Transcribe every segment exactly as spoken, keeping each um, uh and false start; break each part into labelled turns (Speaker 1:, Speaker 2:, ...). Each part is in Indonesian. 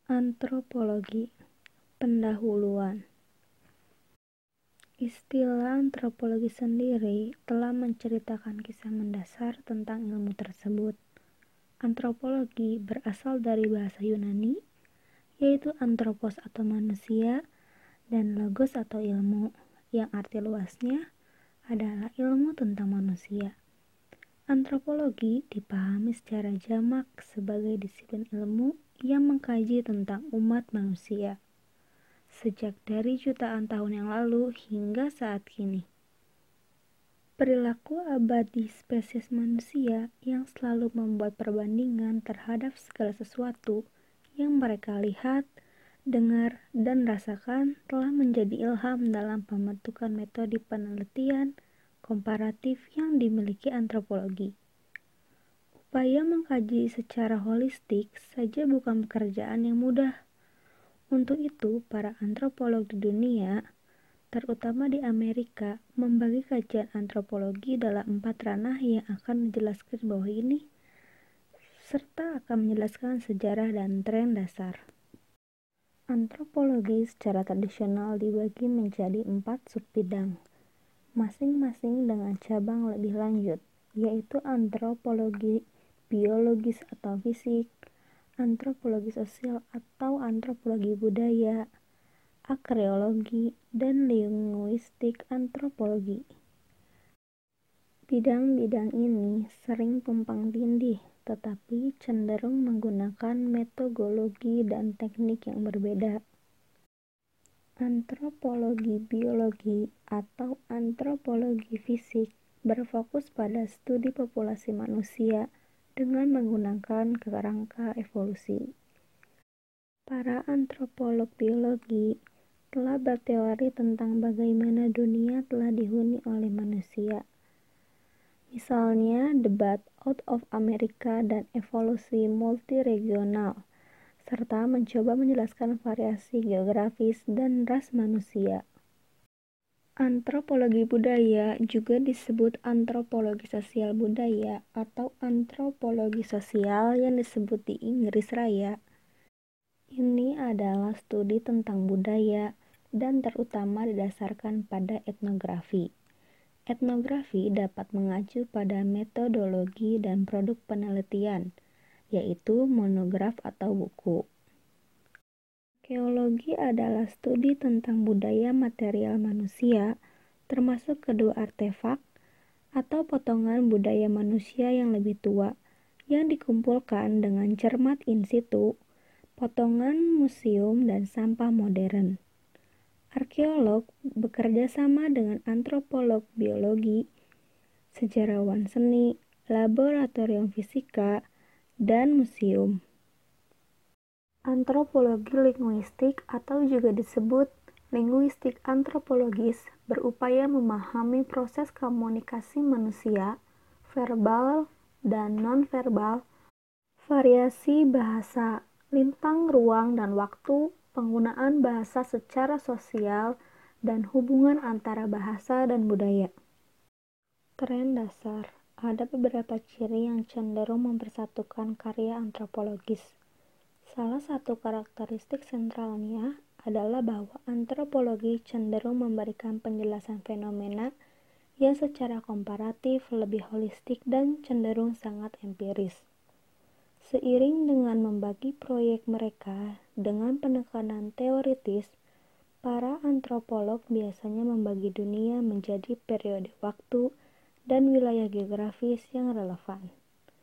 Speaker 1: Antropologi, pendahuluan. Istilah antropologi sendiri telah menceritakan kisah mendasar tentang ilmu tersebut. Antropologi berasal dari bahasa Yunani, yaitu anthropos atau manusia, dan logos atau ilmu, yang arti luasnya adalah ilmu tentang manusia. Antropologi dipahami secara jamak sebagai disiplin ilmu yang mengkaji tentang umat manusia, sejak dari jutaan tahun yang lalu hingga saat kini. Perilaku abadi spesies manusia yang selalu membuat perbandingan terhadap segala sesuatu yang mereka lihat, dengar, dan rasakan telah menjadi ilham dalam pembentukan metode penelitian komparatif yang dimiliki antropologi. Upaya mengkaji secara holistik saja bukan pekerjaan yang mudah. Untuk itu, para antropolog di dunia, terutama di Amerika, membagi kajian antropologi dalam empat ranah yang akan menjelaskan bawah ini, serta akan menjelaskan sejarah dan tren dasar. Antropologi secara tradisional dibagi menjadi empat subbidang, masing-masing dengan cabang lebih lanjut, yaitu antropologi biologis atau fisik, antropologi sosial atau antropologi budaya, arkeologi, dan linguistik antropologi. Bidang-bidang ini sering tumpang tindih, tetapi cenderung menggunakan metodologi dan teknik yang berbeda. Antropologi biologi atau antropologi fisik berfokus pada studi populasi manusia dengan menggunakan kerangka evolusi. Para antropolog biologi telah berteori tentang bagaimana dunia telah dihuni oleh manusia. Misalnya, debat Out of America dan evolusi multiregional, serta mencoba menjelaskan variasi geografis dan ras manusia. Antropologi budaya juga disebut antropologi sosial budaya atau antropologi sosial yang disebut di Inggris Raya. Ini adalah studi tentang budaya dan terutama didasarkan pada etnografi. Etnografi dapat mengacu pada metodologi dan produk penelitian, yaitu monograf atau buku. Arkeologi adalah studi tentang budaya material manusia, termasuk kedua artefak atau potongan budaya manusia yang lebih tua, yang dikumpulkan dengan cermat in situ, potongan museum, dan sampah modern. Arkeolog bekerja sama dengan antropolog biologi, sejarawan seni, laboratorium fisika, dan museum. Antropologi linguistik atau juga disebut linguistik antropologis berupaya memahami proses komunikasi manusia, verbal dan non-verbal, variasi bahasa, lintang ruang dan waktu, penggunaan bahasa secara sosial, dan hubungan antara bahasa dan budaya. Tren dasar. Ada beberapa ciri yang cenderung mempersatukan karya antropologis. Salah satu karakteristik sentralnya adalah bahwa antropologi cenderung memberikan penjelasan fenomena yang secara komparatif lebih holistik dan cenderung sangat empiris. Seiring dengan membagi proyek mereka dengan penekanan teoritis, para antropolog biasanya membagi dunia menjadi periode waktu dan wilayah geografis yang relevan.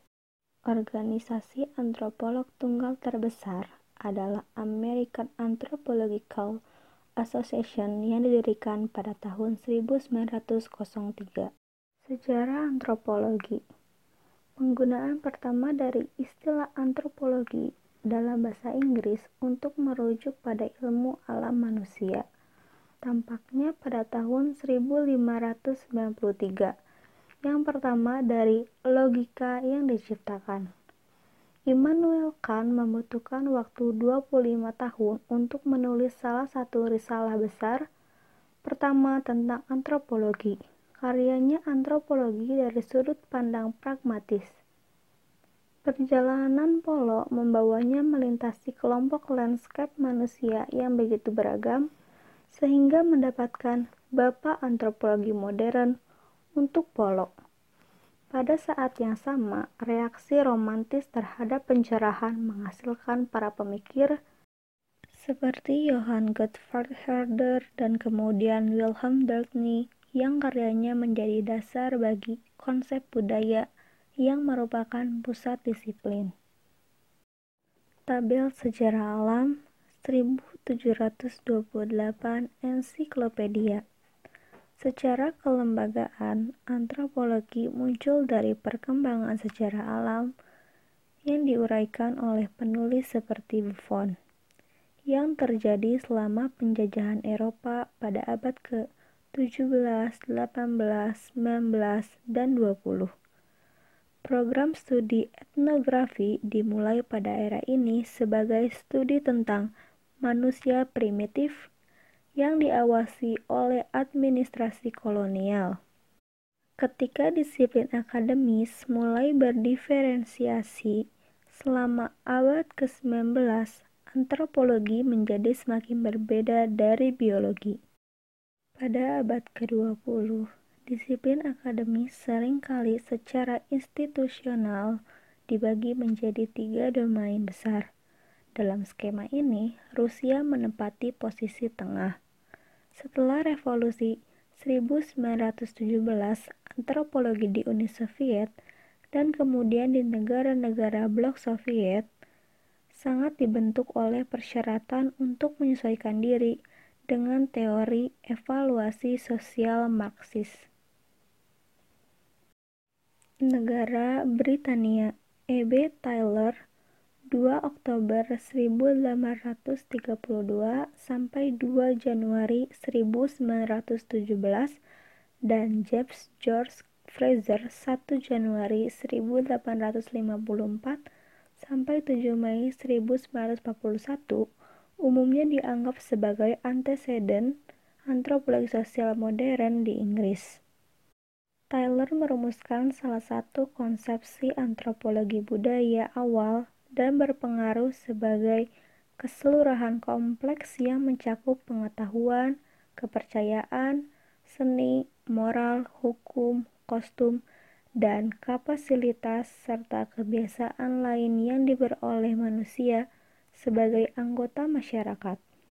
Speaker 1: Organisasi antropolog tunggal terbesar adalah American Anthropological Association yang didirikan pada tahun seribu sembilan ratus tiga. Sejarah antropologi. Penggunaan pertama dari istilah antropologi dalam bahasa Inggris untuk merujuk pada ilmu alam manusia tampaknya pada tahun seribu lima ratus sembilan puluh tiga. Yang pertama dari logika yang diciptakan. Immanuel Kant membutuhkan waktu dua puluh lima tahun untuk menulis salah satu risalah besar pertama tentang antropologi. Karyanya Antropologi dari Sudut Pandang Pragmatis. Perjalanan Polo membawanya melintasi kelompok lanskap manusia yang begitu beragam, sehingga mendapatkan Bapak Antropologi Modern untuk Polo. Pada saat yang sama, reaksi romantis terhadap pencerahan menghasilkan para pemikir seperti Johann Gottfried Herder dan kemudian Wilhelm Dudley yang karyanya menjadi dasar bagi konsep budaya yang merupakan pusat disiplin. Tabel Sejarah Alam seribu tujuh ratus dua puluh delapan Ensiklopedia. Secara kelembagaan, antropologi muncul dari perkembangan sejarah alam yang diuraikan oleh penulis seperti Buffon, yang terjadi selama penjajahan Eropa pada abad ke tujuh belas, delapan belas, sembilan belas, dan dua puluh. Program studi etnografi dimulai pada era ini sebagai studi tentang manusia primitif yang diawasi oleh administrasi kolonial. Ketika disiplin akademis mulai berdiferensiasi selama abad ke sembilan belas, antropologi menjadi semakin berbeda dari biologi. Pada abad ke dua puluh, disiplin akademis seringkali secara institusional dibagi menjadi tiga domain besar. Dalam skema ini, Rusia menempati posisi tengah. Setelah revolusi seribu sembilan ratus tujuh belas, antropologi di Uni Soviet dan kemudian di negara-negara blok Soviet sangat dibentuk oleh persyaratan untuk menyesuaikan diri dengan teori evaluasi sosial Marxis. Negara Britania, E B Taylor, dua Oktober seribu delapan ratus tiga puluh dua sampai dua Januari seribu sembilan ratus tujuh belas, dan James George Fraser, satu Januari seribu delapan ratus lima puluh empat sampai tujuh Mei seribu sembilan ratus empat puluh satu, umumnya dianggap sebagai anteseden antropologi sosial modern di Inggris. Taylor merumuskan salah satu konsepsi antropologi budaya awal dan berpengaruh sebagai keseluruhan kompleks yang mencakup pengetahuan, kepercayaan, seni, moral, hukum, kostum, dan kapasitas serta kebiasaan lain yang diperoleh manusia sebagai anggota masyarakat.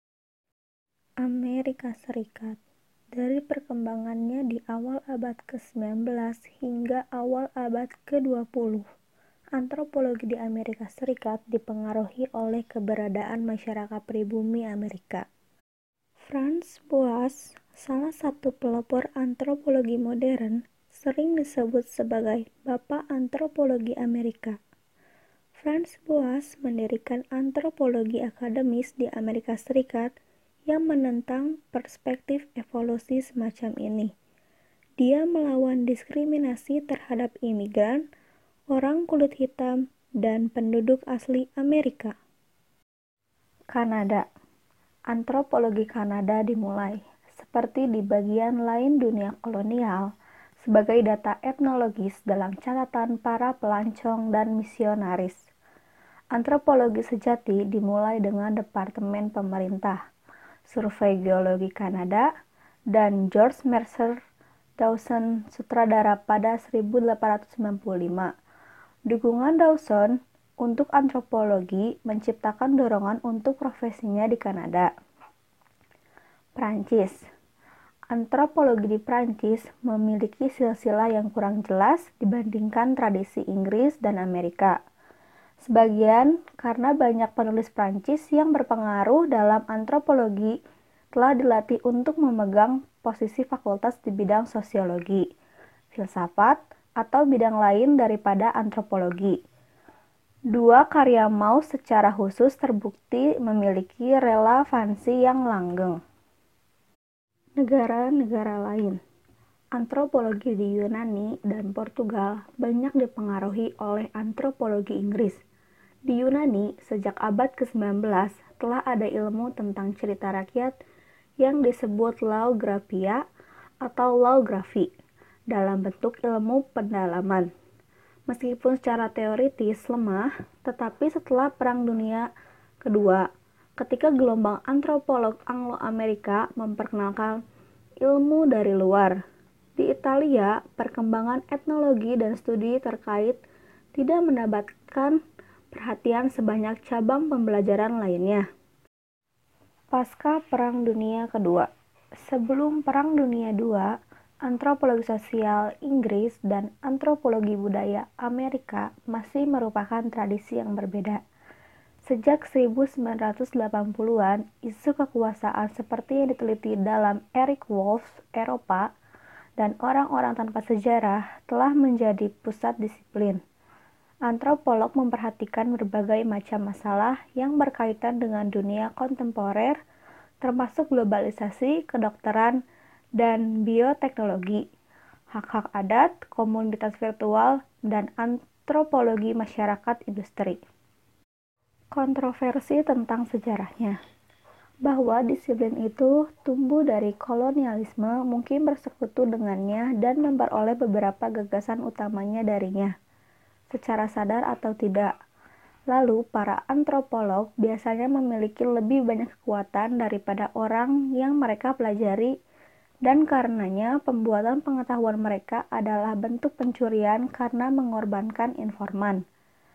Speaker 1: Amerika Serikat. Dari perkembangannya di awal abad ke sembilan belas hingga awal abad ke dua puluh, antropologi di Amerika Serikat dipengaruhi oleh keberadaan masyarakat pribumi Amerika. Franz Boas, salah satu pelopor antropologi modern, sering disebut sebagai Bapak Antropologi Amerika. Franz Boas mendirikan antropologi akademis di Amerika Serikat yang menentang perspektif evolusi semacam ini. Dia melawan diskriminasi terhadap imigran, orang kulit hitam, dan penduduk asli Amerika. Kanada. Antropologi Kanada dimulai, seperti di bagian lain dunia kolonial, sebagai data etnologis dalam catatan para pelancong dan misionaris. Antropologi sejati dimulai dengan Departemen Pemerintah, Survei Geologi Kanada, dan George Mercer Dawson sutradara pada seribu delapan ratus sembilan puluh lima. Dukungan Dawson untuk antropologi menciptakan dorongan untuk profesinya di Kanada. Prancis. Antropologi di Prancis memiliki silsilah yang kurang jelas dibandingkan tradisi Inggris dan Amerika. Sebagian karena banyak penulis Prancis yang berpengaruh dalam antropologi telah dilatih untuk memegang posisi fakultas di bidang sosiologi, filsafat, atau bidang lain daripada antropologi. Dua karya Mauss secara khusus terbukti memiliki relevansi yang langgeng. Negara-negara lain. Antropologi di Yunani dan Portugal banyak dipengaruhi oleh antropologi Inggris. Di Yunani, sejak abad ke sembilan belas, telah ada ilmu tentang cerita rakyat yang disebut logographia atau logografi dalam bentuk ilmu pendalaman. meskipun secara teoritis lemah, tetapi setelah Perang Dunia Kedua, ketika gelombang antropolog Anglo-Amerika memperkenalkan ilmu dari luar. Di Italia, perkembangan etnologi dan studi terkait tidak mendapatkan perhatian sebanyak cabang pembelajaran lainnya. Pasca Perang Dunia Kedua. Sebelum Perang Dunia Kedua, antropologi sosial Inggris dan antropologi budaya Amerika masih merupakan tradisi yang berbeda. Sejak seribu sembilan ratus delapan puluhan, isu kekuasaan seperti yang diteliti dalam Eric Wolff, Eropa, dan orang-orang tanpa sejarah telah menjadi pusat disiplin. Antropolog memperhatikan berbagai macam masalah yang berkaitan dengan dunia kontemporer, termasuk globalisasi, kedokteran, dan bioteknologi, hak-hak adat, komunitas virtual, dan antropologi masyarakat industri. Kontroversi tentang sejarahnya, bahwa disiplin itu tumbuh dari kolonialisme mungkin bersekutu dengannya dan memperoleh beberapa gagasan utamanya darinya, secara sadar atau tidak. Lalu, para antropolog biasanya memiliki lebih banyak kekuatan daripada orang yang mereka pelajari, dan karenanya pembuatan pengetahuan mereka adalah bentuk pencurian karena mengorbankan informan.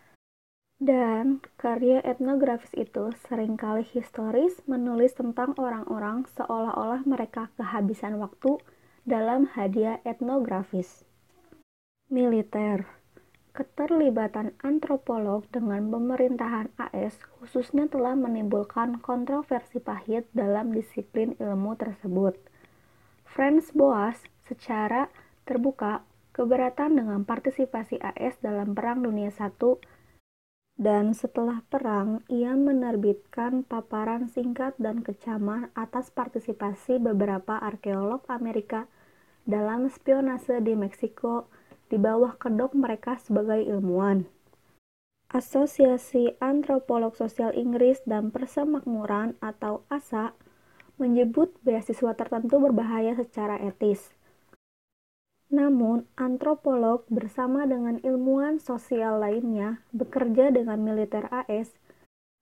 Speaker 1: Dan karya etnografis itu seringkali historis, menulis tentang orang-orang seolah-olah mereka kehabisan waktu dalam hadiah etnografis. Militer. Keterlibatan antropolog dengan pemerintahan A S khususnya telah menimbulkan kontroversi pahit dalam disiplin ilmu tersebut. Franz Boas secara terbuka keberatan dengan partisipasi A S dalam Perang Dunia Satu, dan setelah perang ia menerbitkan paparan singkat dan kecaman atas partisipasi beberapa arkeolog Amerika dalam spionase di Meksiko di bawah kedok mereka sebagai ilmuwan. Asosiasi Antropolog Sosial Inggris dan Persemakmuran atau A S A menyebut beasiswa tertentu berbahaya secara etis. Namun, antropolog bersama dengan ilmuwan sosial lainnya bekerja dengan militer A S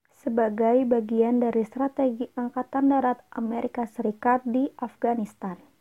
Speaker 1: sebagai bagian dari strategi Angkatan Darat Amerika Serikat di Afghanistan.